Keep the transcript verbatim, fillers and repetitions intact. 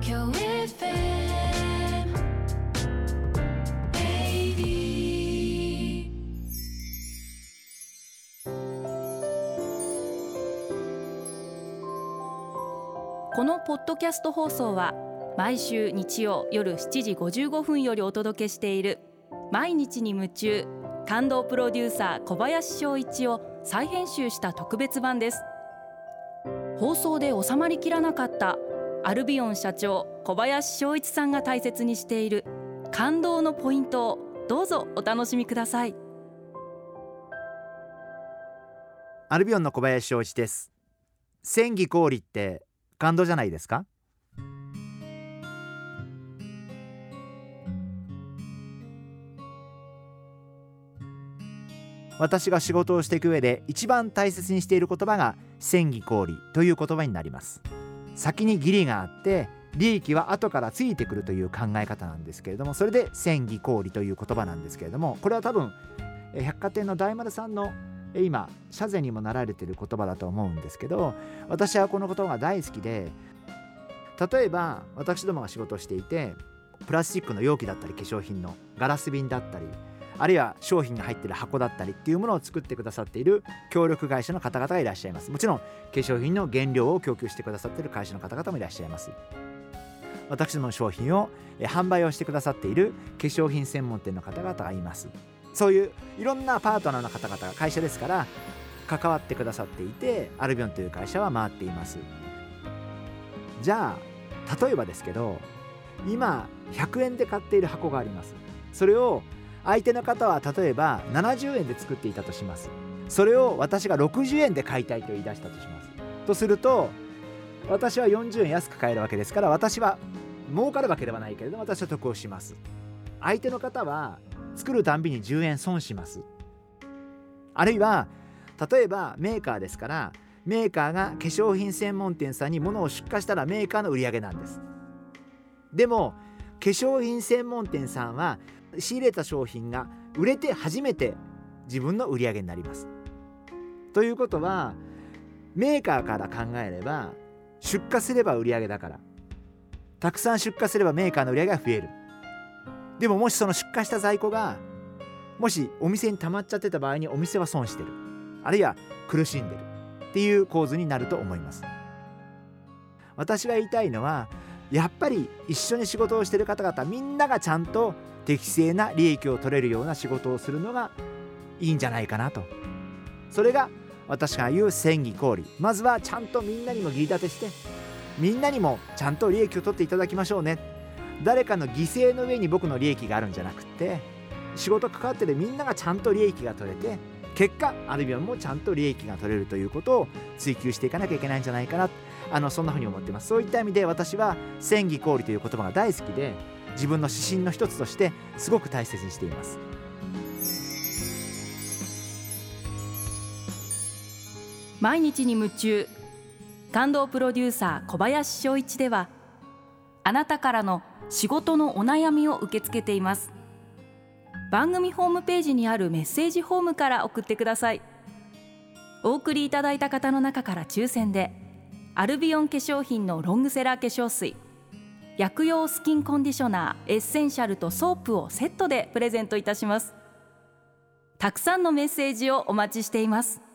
京 エフエム エーディーこのポッドキャスト放送は毎週日曜夜しちじごじゅうごふんよりお届けしている毎日に夢中感動プロデューサー小林翔一を再編集した特別版です。放送で収まりきらなかったアルビオン社長小林翔一さんが大切にしている感動のポイントをどうぞお楽しみください。 アルビオンの小林翔一です。千里氷って感動じゃないですか？私が仕事をしていく上で一番大切にしている言葉が千里氷という言葉になります。先に義理があって利益は後からついてくるという考え方なんですけれども、それで千里氷という言葉なんですけれども、これは多分百貨店の大丸さんの今社前にもなられている言葉だと思うんですけど、私はこの言葉が大好きで、例えば私どもが仕事をしていてプラスチックの容器だったり化粧品のガラス瓶だったり、あるいは商品が入っている箱だったりっていうものを作ってくださっている協力会社の方々がいらっしゃいます。もちろん化粧品の原料を供給してくださっている会社の方々もいらっしゃいます。私どもの商品を販売をしてくださっている化粧品専門店の方々がいます。そういういろんなパートナーの方々が会社ですから関わってくださっていて、アルビオンという会社は回っています。じゃあ例えばですけど、今ひゃくえんで買っている箱があります。それを相手の方は例えばななじゅうえんで作っていたとします。それを私がろくじゅうえんで買いたいと言い出したとします。とすると私はよんじゅうえん安く買えるわけですから、私は儲かるわけではないけれども私は得をします。相手の方は作るたんびにじゅうえん損します。あるいは例えばメーカーですから、メーカーが化粧品専門店さんに物を出荷したらメーカーの売り上げなんです。でも化粧品専門店さんは仕入れた商品が売れて初めて自分の売り上げになります。ということはメーカーから考えれば出荷すれば売り上げだから、たくさん出荷すればメーカーの売り上げが増える。でももしその出荷した在庫がもしお店に溜まっちゃってた場合にお店は損してる、あるいは苦しんでるっていう構図になると思います。私が言いたいのは、やっぱり一緒に仕事をしている方々みんながちゃんと適正な利益を取れるような仕事をするのがいいんじゃないかなと。それが私が言う千里氷。まずはちゃんとみんなにも義理立てして、みんなにもちゃんと利益を取っていただきましょうね。誰かの犠牲の上に僕の利益があるんじゃなくて、仕事関わってるみんながちゃんと利益が取れて、結果アルビオンもちゃんと利益が取れるということを追求していかなきゃいけないんじゃないかな、あのそんなふうに思っています。そういった意味で私は千里氷という言葉が大好きで、自分の指針の一つとしてすごく大切にしています。 毎日に夢中感動プロデューサー小林翔一では、あなたからの仕事のお悩みを受け付けています。番組ホームページにあるメッセージフォームから送ってください。お送りいただいた方の中から抽選でアルビオン化粧品のロングセラー化粧水、薬用スキンコンディショナーエッセンシャルとソープをセットでプレゼントいたします。たくさんのメッセージをお待ちしています。